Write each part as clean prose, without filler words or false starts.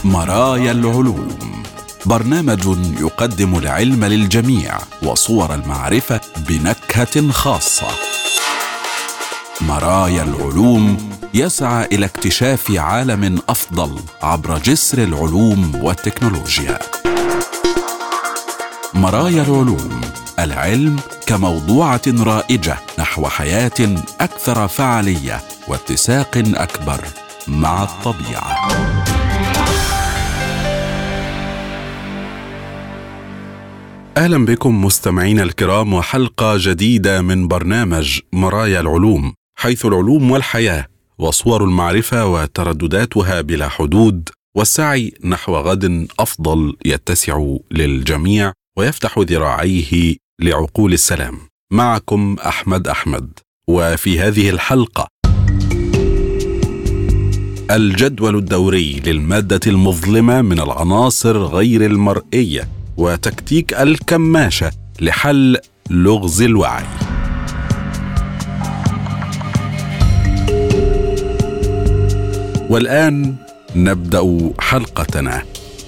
مرايا العلوم، برنامج يقدم العلم للجميع وصور المعرفة بنكهة خاصة. مرايا العلوم يسعى إلى اكتشاف عالم أفضل عبر جسر العلوم والتكنولوجيا. مرايا العلوم، العلم كموضوعة رائجة نحو حياة أكثر فعالية واتساق أكبر مع الطبيعة. أهلا بكم مستمعين الكرام، وحلقة جديدة من برنامج مرايا العلوم، حيث العلوم والحياة وصور المعرفة وتردداتها بلا حدود، والسعي نحو غد أفضل يتسع للجميع ويفتح ذراعيه لعقول السلام. معكم أحمد، وفي هذه الحلقة الجدول الدوري للمادة المظلمة من العناصر غير المرئية، وتكتيك الكماشة لحل لغز الوعي. والآن نبدأ حلقتنا.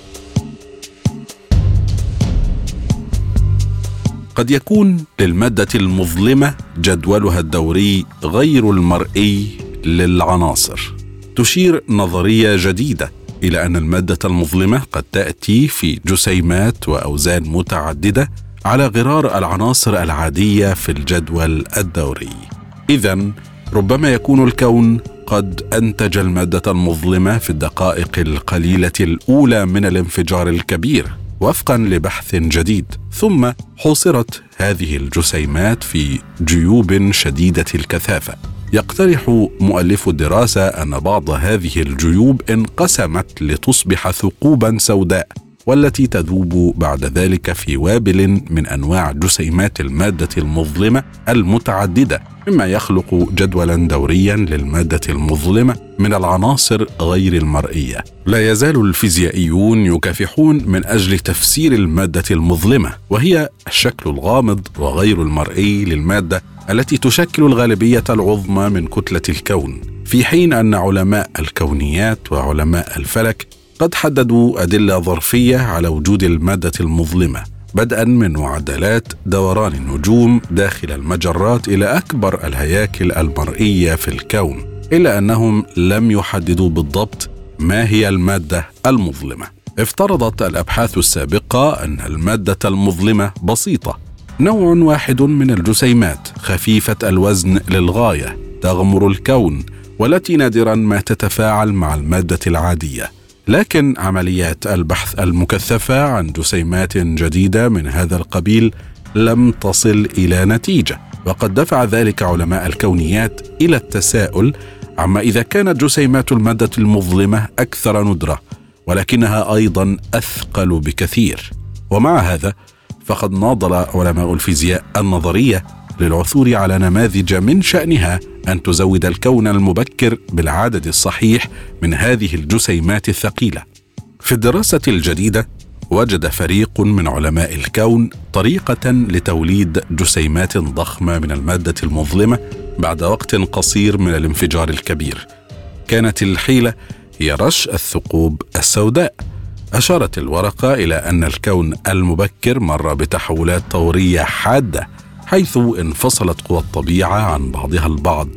قد يكون للمادة المظلمة جدولها الدوري غير المرئي للعناصر. تشير نظرية جديدة إلى أن المادة المظلمة قد تأتي في جسيمات وأوزان متعددة على غرار العناصر العادية في الجدول الدوري. إذن ربما يكون الكون قد أنتج المادة المظلمة في الدقائق القليلة الأولى من الانفجار الكبير وفقا لبحث جديد، ثم حصرت هذه الجسيمات في جيوب شديدة الكثافة. يقترح مؤلف الدراسة أن بعض هذه الجيوب انقسمت لتصبح ثقوبا سوداء، والتي تذوب بعد ذلك في وابل من أنواع جسيمات المادة المظلمة المتعددة، مما يخلق جدولا دوريا للمادة المظلمة من العناصر غير المرئية. لا يزال الفيزيائيون يكافحون من أجل تفسير المادة المظلمة، وهي الشكل الغامض وغير المرئي للمادة التي تشكل الغالبية العظمى من كتلة الكون، في حين أن علماء الكونيات وعلماء الفلك قد حددوا أدلة ظرفية على وجود المادة المظلمة، بدءا من معدلات دوران النجوم داخل المجرات إلى أكبر الهياكل المرئية في الكون، إلا أنهم لم يحددوا بالضبط ما هي المادة المظلمة. افترضت الأبحاث السابقة أن المادة المظلمة بسيطة، نوع واحد من الجسيمات خفيفة الوزن للغاية تغمر الكون، والتي نادرا ما تتفاعل مع المادة العادية. لكن عمليات البحث المكثفة عن جسيمات جديدة من هذا القبيل لم تصل إلى نتيجة، وقد دفع ذلك علماء الكونيات إلى التساؤل عما إذا كانت جسيمات المادة المظلمة أكثر ندرة، ولكنها أيضا أثقل بكثير. ومع هذا فقد ناضل علماء الفيزياء النظرية للعثور على نماذج من شأنها أن تزود الكون المبكر بالعدد الصحيح من هذه الجسيمات الثقيلة. في الدراسة الجديدة وجد فريق من علماء الكون طريقة لتوليد جسيمات ضخمة من المادة المظلمة بعد وقت قصير من الانفجار الكبير. كانت الحيلة هي رش الثقوب السوداء. أشارت الورقة إلى أن الكون المبكر مر بتحولات طورية حادة، حيث انفصلت قوى الطبيعة عن بعضها البعض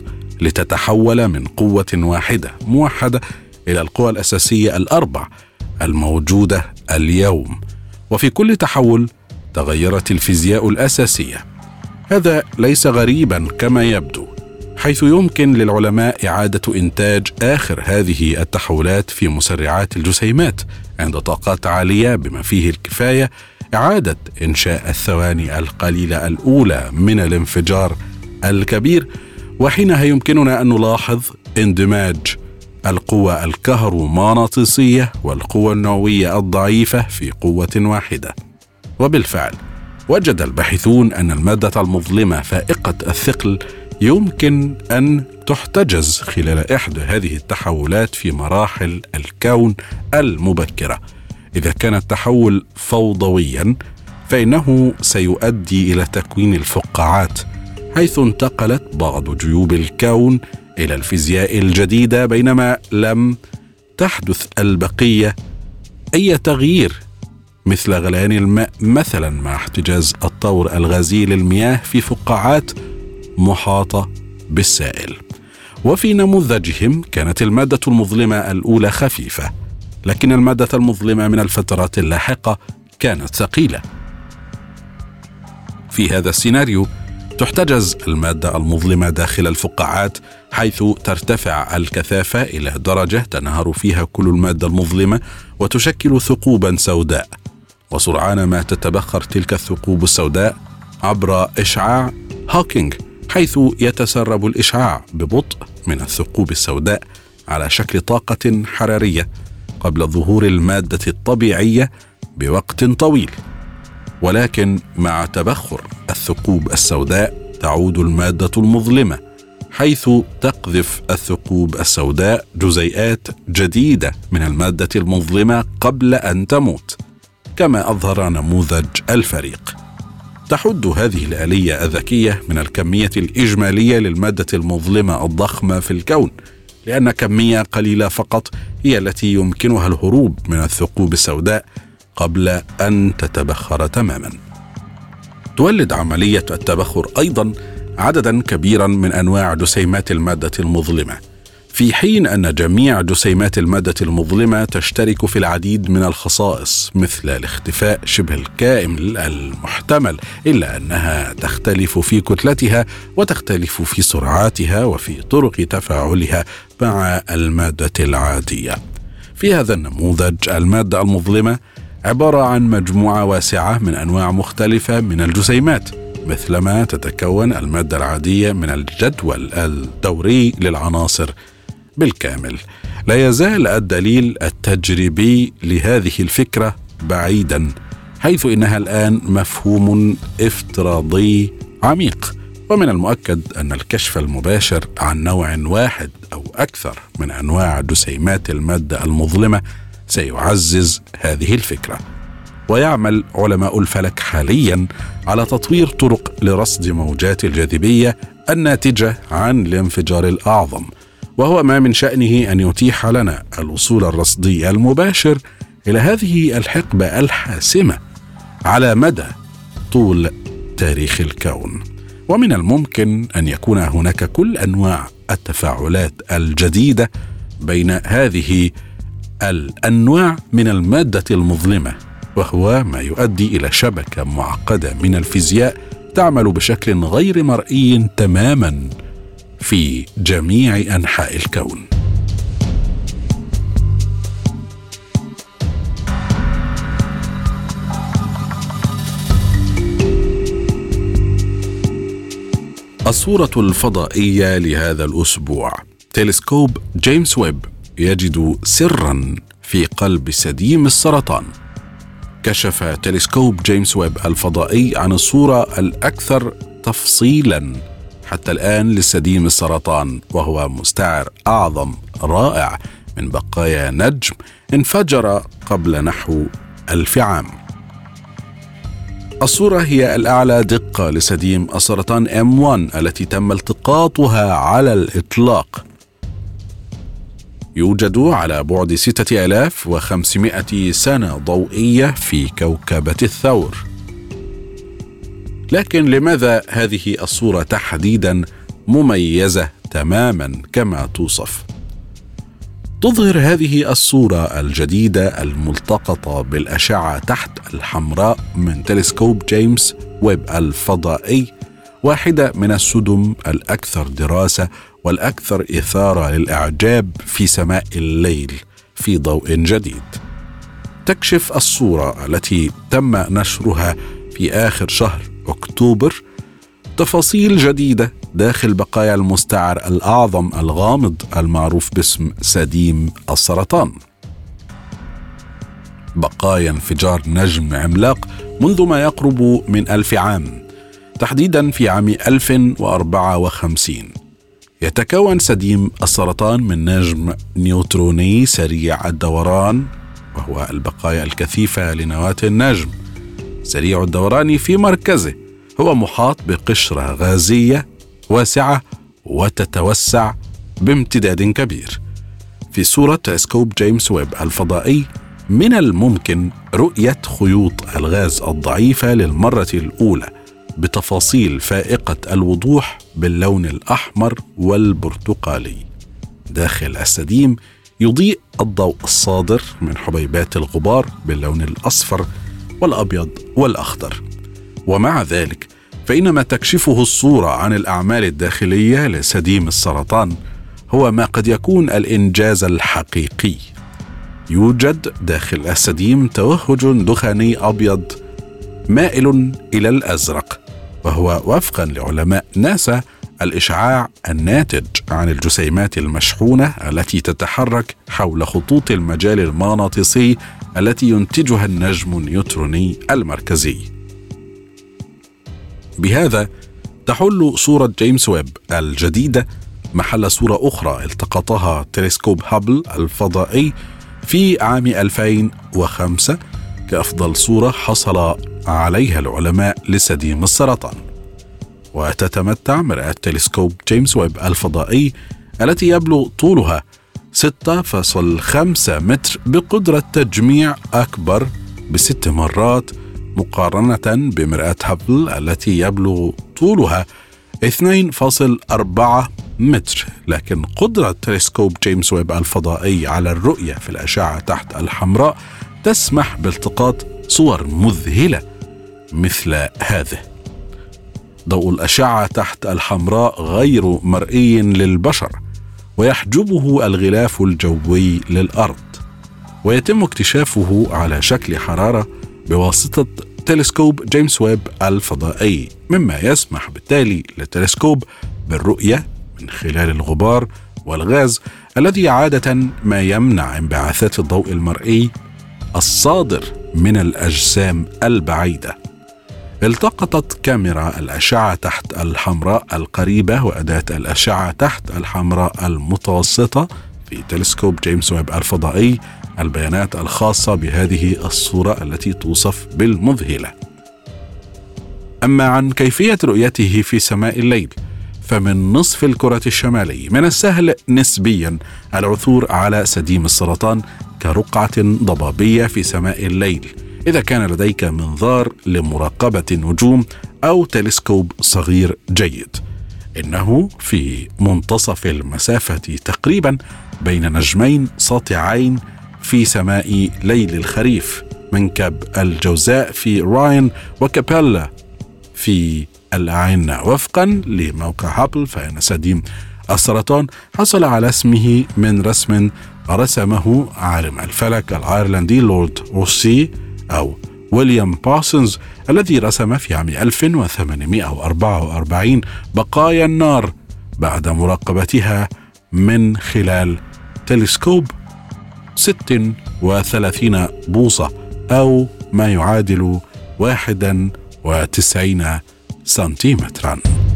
لتتحول من قوة واحدة موحدة إلى القوى الأساسية الأربع الموجودة اليوم. وفي كل تحول تغيرت الفيزياء الأساسية. هذا ليس غريبا كما يبدو، حيث يمكن للعلماء إعادة إنتاج آخر هذه التحولات في مسرعات الجسيمات عند طاقات عالية، بما فيه الكفاية إعادة إنشاء الثواني القليلة الأولى من الانفجار الكبير، وحينها يمكننا أن نلاحظ اندماج القوة الكهرومغناطيسية والقوة النووية الضعيفة في قوة واحدة. وبالفعل وجد الباحثون أن المادة المظلمة فائقة الثقل يمكن أن تحتجز خلال إحدى هذه التحولات في مراحل الكون المبكرة. إذا كان التحول فوضويا فإنه سيؤدي إلى تكوين الفقاعات، حيث انتقلت بعض جيوب الكون إلى الفيزياء الجديدة، بينما لم تحدث البقية أي تغيير مثل غليان الماء مثلا مع احتجاز الطور الغازي للمياه في فقاعات محاطة بالسائل. وفي نموذجهم كانت المادة المظلمة الأولى خفيفة، لكن المادة المظلمة من الفترات اللاحقة كانت ثقيلة. في هذا السيناريو تحتجز المادة المظلمة داخل الفقاعات، حيث ترتفع الكثافة إلى درجة تنهار فيها كل المادة المظلمة وتشكل ثقوبا سوداء، وسرعان ما تتبخر تلك الثقوب السوداء عبر إشعاع هوكينج، حيث يتسرب الإشعاع ببطء من الثقوب السوداء على شكل طاقة حرارية قبل ظهور المادة الطبيعية بوقت طويل. ولكن مع تبخر الثقوب السوداء تعود المادة المظلمة، حيث تقذف الثقوب السوداء جزيئات جديدة من المادة المظلمة قبل أن تموت، كما أظهر نموذج الفريق. تحد هذه الآلية الذكية من الكمية الإجمالية للمادة المظلمة الضخمة في الكون، لأن كمية قليلة فقط هي التي يمكنها الهروب من الثقوب السوداء قبل أن تتبخر تماما. تولد عملية التبخر أيضا عددا كبيرا من أنواع جسيمات المادة المظلمة، في حين أن جميع جسيمات المادة المظلمة تشترك في العديد من الخصائص، مثل الاختفاء شبه الكامل المحتمل، إلا أنها تختلف في كتلتها وتختلف في سرعاتها وفي طرق تفاعلها مع المادة العادية. في هذا النموذج المادة المظلمة عبارة عن مجموعة واسعة من أنواع مختلفة من الجسيمات، مثلما تتكون المادة العادية من الجدول الدوري للعناصر بالكامل. لا يزال الدليل التجريبي لهذه الفكرة بعيدا، حيث إنها الآن مفهوم افتراضي عميق، ومن المؤكد أن الكشف المباشر عن نوع واحد أو أكثر من أنواع جسيمات المادة المظلمة سيعزز هذه الفكرة. ويعمل علماء الفلك حاليا على تطوير طرق لرصد موجات الجاذبية الناتجة عن الانفجار الأعظم، وهو ما من شأنه أن يتيح لنا الوصول الرصدي المباشر إلى هذه الحقبة الحاسمة على مدى طول تاريخ الكون. ومن الممكن أن يكون هناك كل أنواع التفاعلات الجديدة بين هذه الأنواع من المادة المظلمة، وهو ما يؤدي إلى شبكة معقدة من الفيزياء تعمل بشكل غير مرئي تماما في جميع أنحاء الكون. الصورة الفضائية لهذا الأسبوع: تلسكوب جيمس ويب يجد سرا في قلب سديم السرطان. كشف تلسكوب جيمس ويب الفضائي عن الصورة الأكثر تفصيلا حتى الآن لسديم السرطان، وهو مستعر أعظم رائع من بقايا نجم انفجر قبل نحو 1000 عام. الصورة هي الأعلى دقة لسديم السرطان M1 التي تم التقاطها على الإطلاق. يوجد على بعد 6500 سنة ضوئية في كوكبة الثور. لكن لماذا هذه الصورة تحديدا مميزة تماما كما توصف؟ تظهر هذه الصورة الجديدة الملتقطة بالأشعة تحت الحمراء من تلسكوب جيمس ويب الفضائي واحدة من السدم الأكثر دراسة والأكثر إثارة للإعجاب في سماء الليل في ضوء جديد. تكشف الصورة التي تم نشرها في آخر شهر أكتوبر تفاصيل جديدة داخل بقايا المستعر الأعظم الغامض المعروف باسم سديم السرطان. بقايا انفجار نجم عملاق منذ ما يقرب من 1000 عام، تحديدا في عام 1054. يتكون سديم السرطان من نجم نيوتروني سريع الدوران، وهو البقايا الكثيفة لنواة النجم. سريع الدوران في مركزه هو محاط بقشرة غازية واسعة وتتوسع بامتداد كبير. في صورة تلسكوب جيمس ويب الفضائي من الممكن رؤية خيوط الغاز الضعيفة للمرة الأولى بتفاصيل فائقة الوضوح باللون الأحمر والبرتقالي. داخل السديم يضيء الضوء الصادر من حبيبات الغبار باللون الأصفر والأبيض والأخضر. ومع ذلك فإن ما تكشفه الصورة عن الأعمال الداخلية لسديم السرطان هو ما قد يكون الإنجاز الحقيقي. يوجد داخل السديم توهج دخاني أبيض مائل إلى الأزرق، وهو وفقا لعلماء ناسا الإشعاع الناتج عن الجسيمات المشحونة التي تتحرك حول خطوط المجال المغناطيسي التي ينتجها النجم النيوتروني المركزي. بهذا تحل صورة جيمس ويب الجديدة محل صورة أخرى التقطها تلسكوب هابل الفضائي في عام 2005 كأفضل صورة حصل عليها العلماء لسديم السرطان. وتتمتع مرآة تلسكوب جيمس ويب الفضائي التي يبلغ طولها 6.5 متر بقدرة تجميع أكبر ب6 مرات مقارنة بمرآة هابل التي يبلغ طولها 2.4 متر. لكن قدرة تلسكوب جيمس ويب الفضائي على الرؤية في الأشعة تحت الحمراء تسمح بالتقاط صور مذهلة مثل هذه. ضوء الأشعة تحت الحمراء غير مرئي للبشر ويحجبه الغلاف الجوي للأرض، ويتم اكتشافه على شكل حرارة بواسطة تلسكوب جيمس ويب الفضائي، مما يسمح بالتالي للتلسكوب بالرؤية من خلال الغبار والغاز الذي عادة ما يمنع انبعاثات الضوء المرئي الصادر من الأجسام البعيدة. التقطت كاميرا الأشعة تحت الحمراء القريبة وأداة الأشعة تحت الحمراء المتوسطة في تلسكوب جيمس ويب الفضائي البيانات الخاصة بهذه الصورة التي توصف بالمذهلة. أما عن كيفية رؤيته في سماء الليل، فمن نصف الكرة الشمالي من السهل نسبيا العثور على سديم السرطان كرقعة ضبابية في سماء الليل إذا كان لديك منظار لمراقبة النجوم أو تلسكوب صغير جيد. إنه في منتصف المسافة تقريبا بين نجمين ساطعين في سماء ليل الخريف، منكب الجوزاء في راين وكابيلا في الأعنة. وفقا لموقع هابل فإن سديم السرطان حصل على اسمه من رسم رسمه عالم الفلك الأيرلندي لورد روسي أو ويليام بارسونز الذي رسم في عام 1844 بقايا النار بعد مراقبتها من خلال تلسكوب 36 بوصة أو ما يعادل 91 سنتيمترا.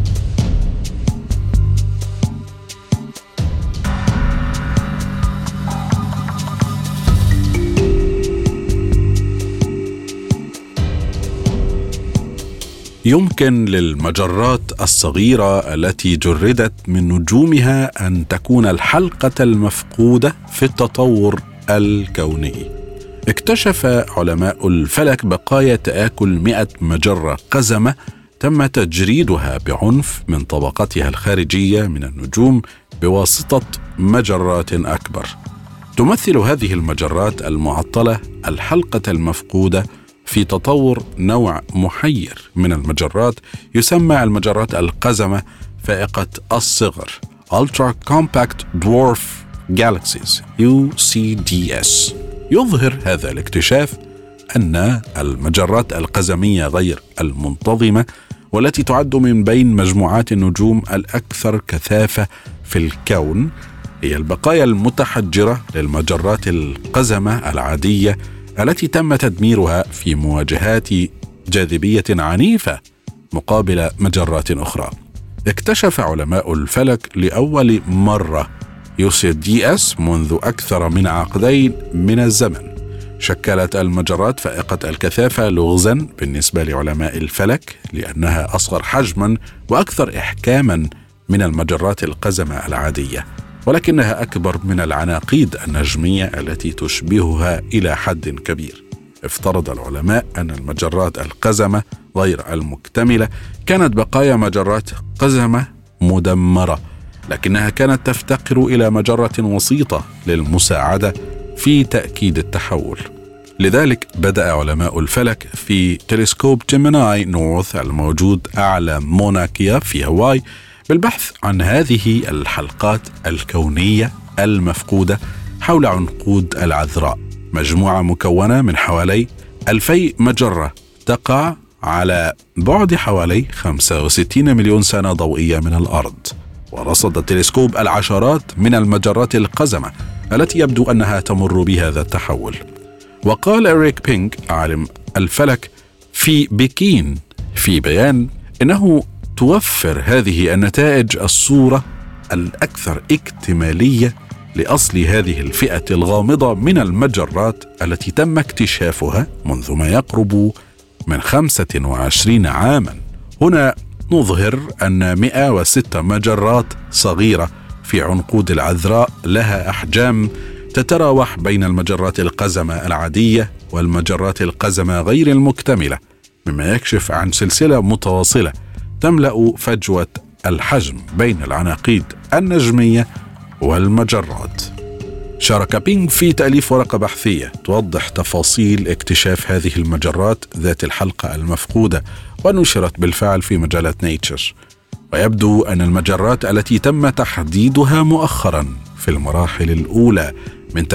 يمكن للمجرات الصغيرة التي جردت من نجومها أن تكون الحلقة المفقودة في التطور الكوني. اكتشف علماء الفلك بقايا تآكل 100 مجرة قزمة تم تجريدها بعنف من طبقتها الخارجية من النجوم بواسطة مجرات أكبر. تمثل هذه المجرات المعطلة الحلقة المفقودة في تطور نوع محير من المجرات يسمى المجرات القزمة فائقة الصغر Ultra Compact Dwarf Galaxies UCDS. يظهر هذا الاكتشاف أن المجرات القزمية غير المنتظمة والتي تعد من بين مجموعات النجوم الأكثر كثافة في الكون هي البقايا المتحجرة للمجرات القزمة العادية التي تم تدميرها في مواجهات جاذبية عنيفة مقابل مجرات أخرى. اكتشف علماء الفلك لأول مرة UCDS منذ أكثر من عقدين من الزمن. شكلت المجرات فائقة الكثافة لغزا بالنسبة لعلماء الفلك لأنها أصغر حجما وأكثر إحكاما من المجرات القزمة العادية. ولكنها أكبر من العناقيد النجمية التي تشبهها إلى حد كبير. افترض العلماء أن المجرات القزمة غير المكتملة كانت بقايا مجرات قزمة مدمرة، لكنها كانت تفتقر إلى مجرة وسيطة للمساعدة في تأكيد التحول. لذلك بدأ علماء الفلك في تلسكوب جيميناي نورث الموجود أعلى موناكيا في هاواي بالبحث عن هذه الحلقات الكونية المفقودة حول عنقود العذراء، مجموعة مكونة من حوالي 2000 مجرة تقع على بعد حوالي 65 مليون سنة ضوئية من الأرض. ورصد التلسكوب العشرات من المجرات القزمة التي يبدو أنها تمر بهذا التحول. وقال إريك بينغ عالم الفلك في بكين في بيان إنه توفر هذه النتائج الصورة الأكثر اكتمالية لأصل هذه الفئة الغامضة من المجرات التي تم اكتشافها منذ ما يقرب من 25 عاما. هنا نظهر أن 106 مجرات صغيرة في عنقود العذراء لها أحجام تتراوح بين المجرات القزمة العادية والمجرات القزمة غير المكتملة، مما يكشف عن سلسلة متواصلة تملأ فجوة الحجم بين العناقيد النجمية والمجرات. شارك بينغ في تأليف ورقة بحثية توضح تفاصيل اكتشاف هذه المجرات ذات الحلقة المفقودة، ونشرت بالفعل في مجلة نيتشر. ويبدو أن المجرات التي تم تحديدها مؤخرا في المراحل الأولى من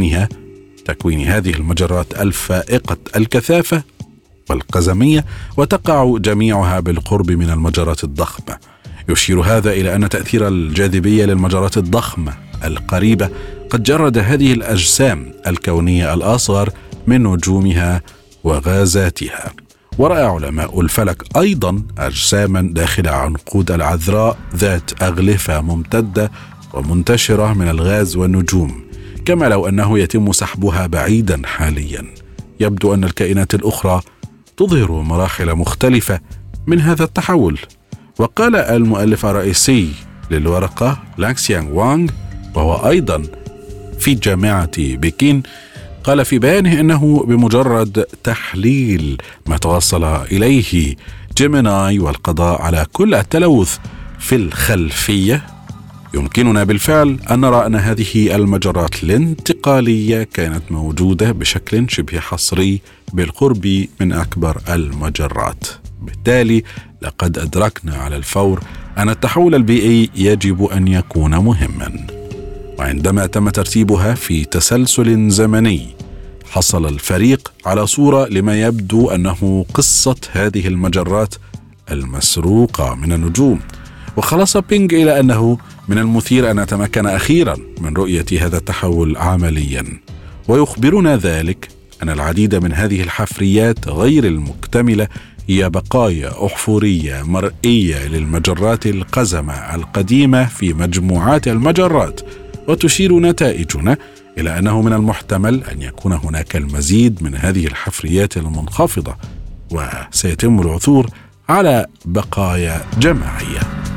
تكوين هذه المجرات الفائقة الكثافة والقزمية، وتقع جميعها بالقرب من المجرات الضخمة. يشير هذا إلى أن تأثير الجاذبية للمجرات الضخمة القريبة قد جرد هذه الأجسام الكونية الأصغر من نجومها وغازاتها. ورأى علماء الفلك أيضا أجساما داخل عنقود العذراء ذات أغلفة ممتدة ومنتشرة من الغاز والنجوم، كما لو أنه يتم سحبها بعيدا حاليا. يبدو أن الكائنات الأخرى تظهر مراحل مختلفة من هذا التحول. وقال المؤلف الرئيسي للورقة لانكسيانغ وانغ، وهو أيضا في جامعة بكين، قال في بيانه أنه بمجرد تحليل ما توصل إليه جيميناي والقضاء على كل التلوث في الخلفية يمكننا بالفعل أن نرى أن هذه المجرات الانتقالية كانت موجودة بشكل شبه حصري بالقرب من أكبر المجرات. بالتالي لقد أدركنا على الفور أن التحول البيئي يجب أن يكون مهما. وعندما تم ترتيبها في تسلسل زمني، حصل الفريق على صورة لما يبدو أنه قصة هذه المجرات المسروقة من النجوم. وخلص بينغ إلى أنه من المثير أن نتمكن أخيرا من رؤية هذا التحول عمليا، ويخبرنا ذلك أن العديد من هذه الحفريات غير المكتملة هي بقايا أحفورية مرئية للمجرات القزمة القديمة في مجموعات المجرات. وتشير نتائجنا إلى أنه من المحتمل أن يكون هناك المزيد من هذه الحفريات المنخفضة، وسيتم العثور على بقايا جماعية.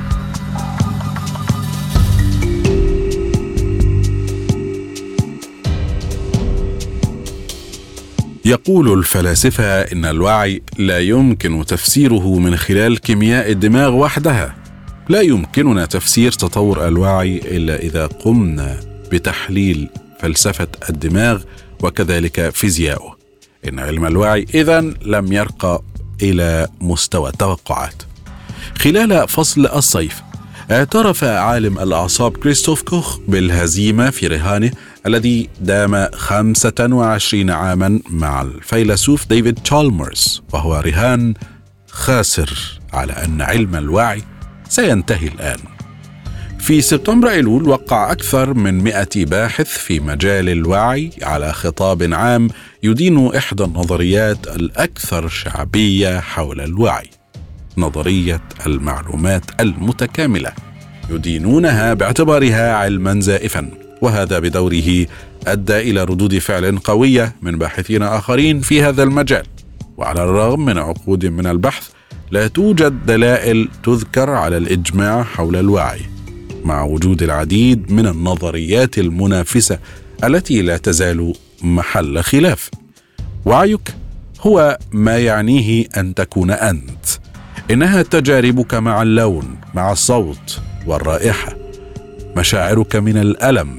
يقول الفلاسفة إن الوعي لا يمكن تفسيره من خلال كيمياء الدماغ وحدها. لا يمكننا تفسير تطور الوعي إلا إذا قمنا بتحليل فلسفة الدماغ وكذلك فيزياؤه. إن علم الوعي إذن لم يرقى إلى مستوى التوقعات. خلال فصل الصيف اعترف عالم الأعصاب كريستوف كوخ بالهزيمة في رهانه الذي دام 25 عاما مع الفيلسوف ديفيد تشالمرز، وهو رهان خاسر على أن علم الوعي سينتهي الآن. في سبتمبر أيلول وقع أكثر من 100 باحث في مجال الوعي على خطاب عام يدين إحدى النظريات الأكثر شعبية حول الوعي، نظرية المعلومات المتكاملة، يدينونها باعتبارها علما زائفا. وهذا بدوره أدى إلى ردود فعل قوية من باحثين آخرين في هذا المجال. وعلى الرغم من عقود من البحث لا توجد دلائل تذكر على الإجماع حول الوعي، مع وجود العديد من النظريات المنافسة التي لا تزال محل خلاف. وعيك هو ما يعنيه أن تكون أنت. إنها تجاربك مع اللون، مع الصوت والرائحة، مشاعرك من الألم،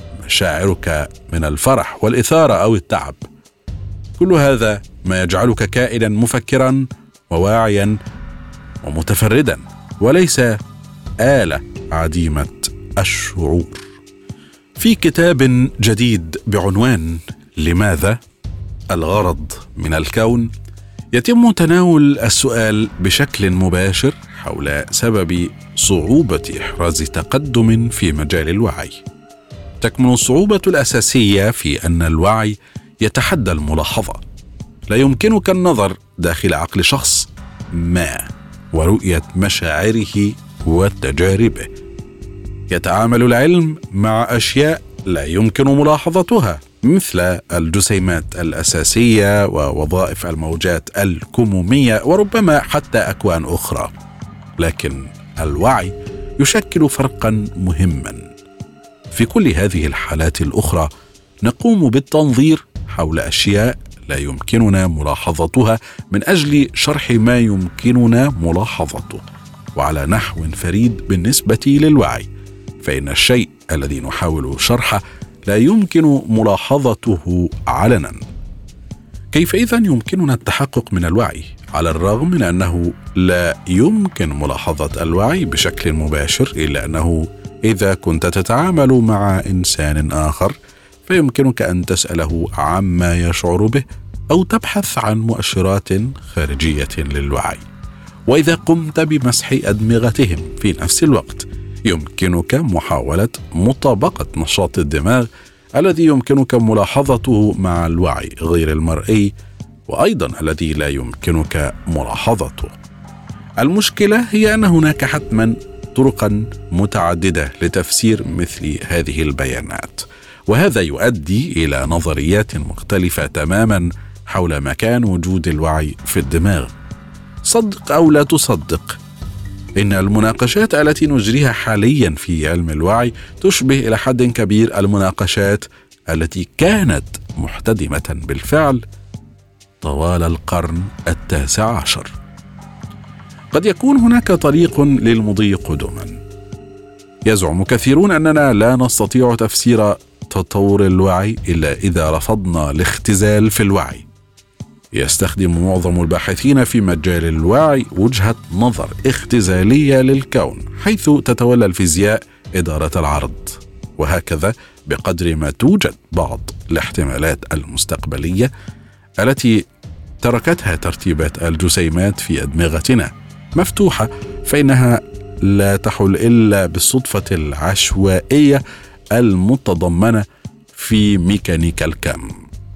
مشاعرك من الفرح والإثارة أو التعب. كل هذا ما يجعلك كائنا مفكرا وواعيا ومتفردا، وليس آلة عديمة الشعور. في كتاب جديد بعنوان لماذا؟ الغرض من الكون، يتم تناول السؤال بشكل مباشر حول سبب صعوبة إحراز تقدم في مجال الوعي. تكمن الصعوبة الأساسية في أن الوعي يتحدى الملاحظة. لا يمكنك النظر داخل عقل شخص ما ورؤية مشاعره وتجاربه. يتعامل العلم مع أشياء لا يمكن ملاحظتها، مثل الجسيمات الأساسية ووظائف الموجات الكمومية وربما حتى أكوان أخرى. لكن الوعي يشكل فرقا مهما. في كل هذه الحالات الأخرى نقوم بالتنظير حول أشياء لا يمكننا ملاحظتها من أجل شرح ما يمكننا ملاحظته. وعلى نحو فريد بالنسبة للوعي، فإن الشيء الذي نحاول شرحه لا يمكن ملاحظته علنا. كيف إذن يمكننا التحقق من الوعي على الرغم من أنه لا يمكن ملاحظة الوعي بشكل مباشر، إلا أنه إذا كنت تتعامل مع إنسان آخر فيمكنك أن تسأله عما يشعر به أو تبحث عن مؤشرات خارجية للوعي. وإذا قمت بمسح أدمغتهم في نفس الوقت يمكنك محاولة مطابقة نشاط الدماغ الذي يمكنك ملاحظته مع الوعي غير المرئي، وأيضا الذي لا يمكنك ملاحظته. المشكلة هي أن هناك حتما طرقا متعددة لتفسير مثل هذه البيانات، وهذا يؤدي إلى نظريات مختلفة تماما حول مكان وجود الوعي في الدماغ. صدق أو لا تصدق، إن المناقشات التي نجريها حاليا في علم الوعي تشبه إلى حد كبير المناقشات التي كانت محتدمة بالفعل طوال القرن 19. قد يكون هناك طريق للمضي قدما. يزعم كثيرون أننا لا نستطيع تفسير تطور الوعي إلا إذا رفضنا الاختزال في الوعي. يستخدم معظم الباحثين في مجال الوعي وجهة نظر اختزالية للكون، حيث تتولى الفيزياء إدارة العرض. وهكذا بقدر ما توجد بعض الاحتمالات المستقبلية التي تركتها ترتيبات الجسيمات في أدمغتنا مفتوحة، فإنها لا تحل إلا بالصدفة العشوائية المتضمنة في ميكانيكا الكم.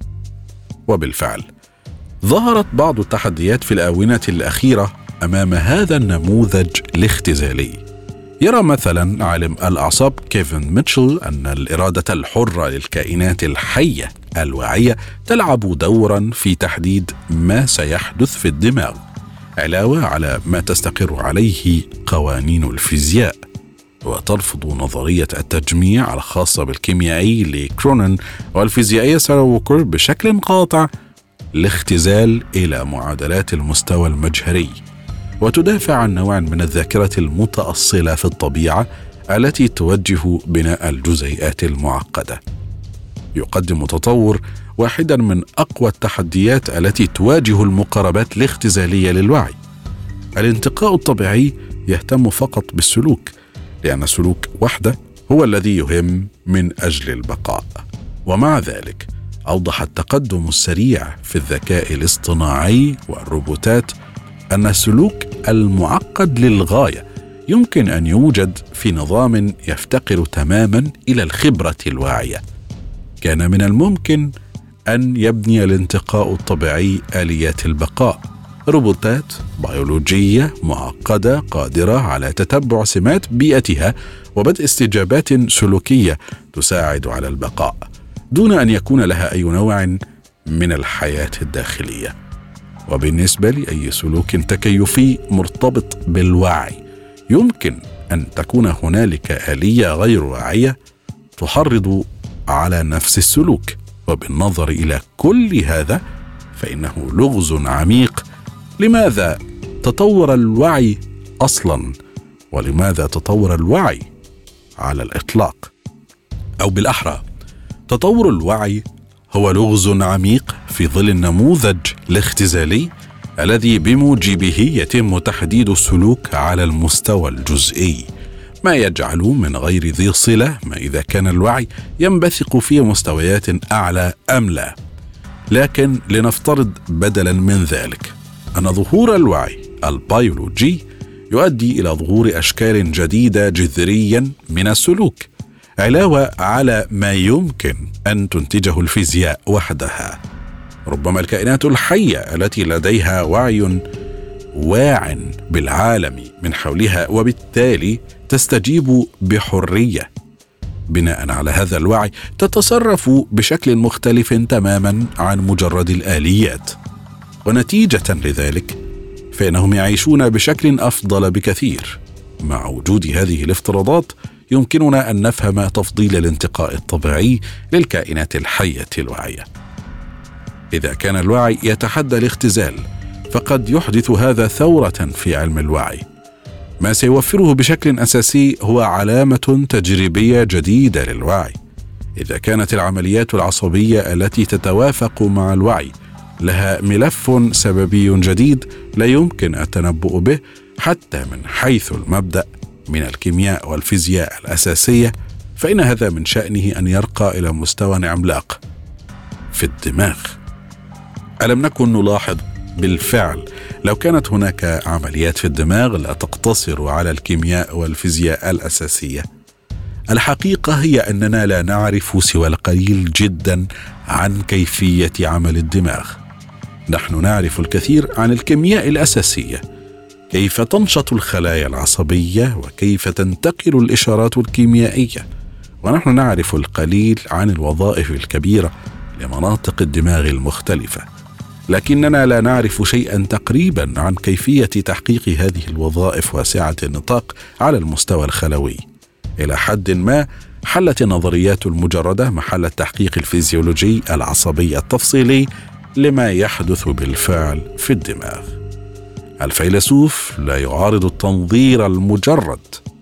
وبالفعل ظهرت بعض التحديات في الآونة الأخيرة أمام هذا النموذج الاختزالي. يرى مثلا عالم الأعصاب كيفن ميتشل أن الإرادة الحرة للكائنات الحية الواعية تلعب دورا في تحديد ما سيحدث في الدماغ، علاوة على ما تستقر عليه قوانين الفيزياء. وترفض نظرية التجميع الخاصة بالكيميائي لكرونن والفيزيائية سارة ووكر بشكل قاطع الاختزال إلى معادلات المستوى المجهري، وتدافع عن نوع من الذاكرة المتأصلة في الطبيعة التي توجه بناء الجزيئات المعقدة. يقدم تطور واحدا من أقوى التحديات التي تواجه المقاربات الاختزالية للوعي. الانتقاء الطبيعي يهتم فقط بالسلوك، لأن السلوك وحده هو الذي يهم من أجل البقاء. ومع ذلك أوضح التقدم السريع في الذكاء الاصطناعي والروبوتات أن السلوك المعقد للغاية يمكن أن يوجد في نظام يفتقر تماما إلى الخبرة الواعية. كان من الممكن أن يبني الانتقاء الطبيعي آليات البقاء، روبوتات بيولوجية معقدة قادرة على تتبع سمات بيئتها وبدء استجابات سلوكية تساعد على البقاء دون أن يكون لها أي نوع من الحياة الداخلية. وبالنسبة لأي سلوك تكيفي مرتبط بالوعي يمكن أن تكون هنالك آلية غير واعية تحرض على نفس السلوك. وبالنظر إلى كل هذا فإنه لغز عميق. لماذا تطور الوعي أصلا؟ ولماذا تطور الوعي على الإطلاق؟ أو بالأحرى، تطور الوعي هو لغز عميق في ظل النموذج الاختزالي الذي بموجبه يتم تحديد السلوك على المستوى الجزئي، ما يجعل من غير ذي صلة ما إذا كان الوعي ينبثق في مستويات أعلى أم لا. لكن لنفترض بدلا من ذلك أن ظهور الوعي البيولوجي يؤدي إلى ظهور أشكال جديدة جذريا من السلوك، علاوة على ما يمكن أن تنتجه الفيزياء وحدها. ربما الكائنات الحية التي لديها وعي واع بالعالم من حولها وبالتالي تستجيب بحرية. بناء على هذا الوعي تتصرف بشكل مختلف تماما عن مجرد الآليات، ونتيجة لذلك فإنهم يعيشون بشكل أفضل بكثير. مع وجود هذه الافتراضات يمكننا أن نفهم تفضيل الانتقاء الطبيعي للكائنات الحية الواعية. إذا كان الوعي يتحدى الاختزال فقد يحدث هذا ثورة في علم الوعي. ما سيوفره بشكل أساسي هو علامة تجريبية جديدة للوعي. إذا كانت العمليات العصبية التي تتوافق مع الوعي لها ملف سببي جديد لا يمكن التنبؤ به حتى من حيث المبدأ من الكيمياء والفيزياء الأساسية، فإن هذا من شأنه أن يرقى إلى مستوى عملاق في الدماغ. ألم نكن نلاحظ بالفعل لو كانت هناك عمليات في الدماغ لا تقتصر على الكيمياء والفيزياء الأساسية؟ الحقيقة هي أننا لا نعرف سوى القليل جدا عن كيفية عمل الدماغ. نحن نعرف الكثير عن الكيمياء الأساسية، كيف تنشط الخلايا العصبية وكيف تنتقل الإشارات الكيميائية، ونحن نعرف القليل عن الوظائف الكبيرة لمناطق الدماغ المختلفة، لكننا لا نعرف شيئا تقريبا عن كيفية تحقيق هذه الوظائف واسعة النطاق على المستوى الخلوي. إلى حد ما حلت النظريات المجردة محل التحقيق الفيزيولوجي العصبي التفصيلي لما يحدث بالفعل في الدماغ. الفيلسوف لا يعارض التنظير المجرد،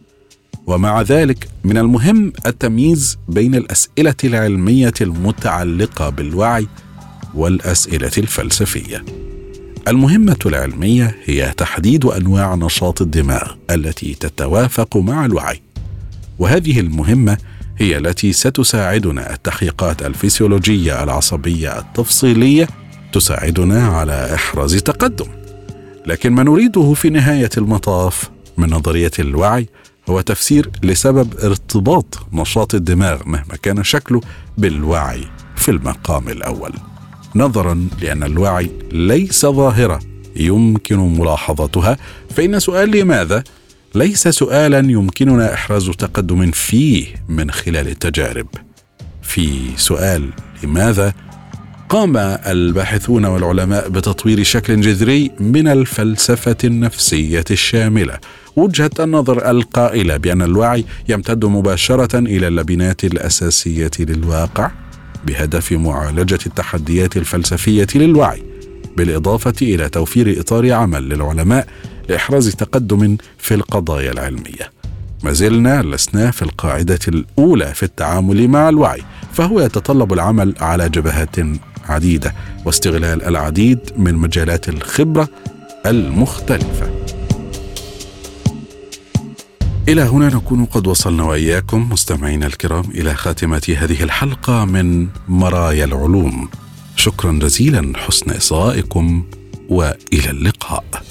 ومع ذلك من المهم التمييز بين الأسئلة العلمية المتعلقة بالوعي والأسئلة الفلسفية. المهمة العلمية هي تحديد أنواع نشاط الدماغ التي تتوافق مع الوعي، وهذه المهمة هي التي ستساعدنا. التحقيقات الفسيولوجية العصبية التفصيلية تساعدنا على إحراز تقدم، لكن ما نريده في نهاية المطاف من نظرية الوعي هو تفسير لسبب ارتباط نشاط الدماغ مهما كان شكله بالوعي في المقام الأول، نظرا لأن الوعي ليس ظاهرة يمكن ملاحظتها. فإن سؤال لماذا ليس سؤالا يمكننا إحراز تقدم فيه من خلال التجارب. في سؤال لماذا قام الباحثون والعلماء بتطوير شكل جذري من الفلسفة النفسية الشاملة، وجهة النظر القائلة بأن الوعي يمتد مباشرة إلى اللبنات الأساسية للواقع بهدف معالجة التحديات الفلسفية للوعي، بالإضافة إلى توفير إطار عمل للعلماء لإحراز تقدم في القضايا العلمية. ما زلنا لسنا في القاعدة الأولى في التعامل مع الوعي، فهو يتطلب العمل على جبهات عديدة واستغلال العديد من مجالات الخبرة المختلفة. إلى هنا نكون قد وصلنا وإياكم مستمعينا الكرام إلى خاتمة هذه الحلقة من مرايا العلوم. شكرا جزيلا حسن إصغائكم وإلى اللقاء.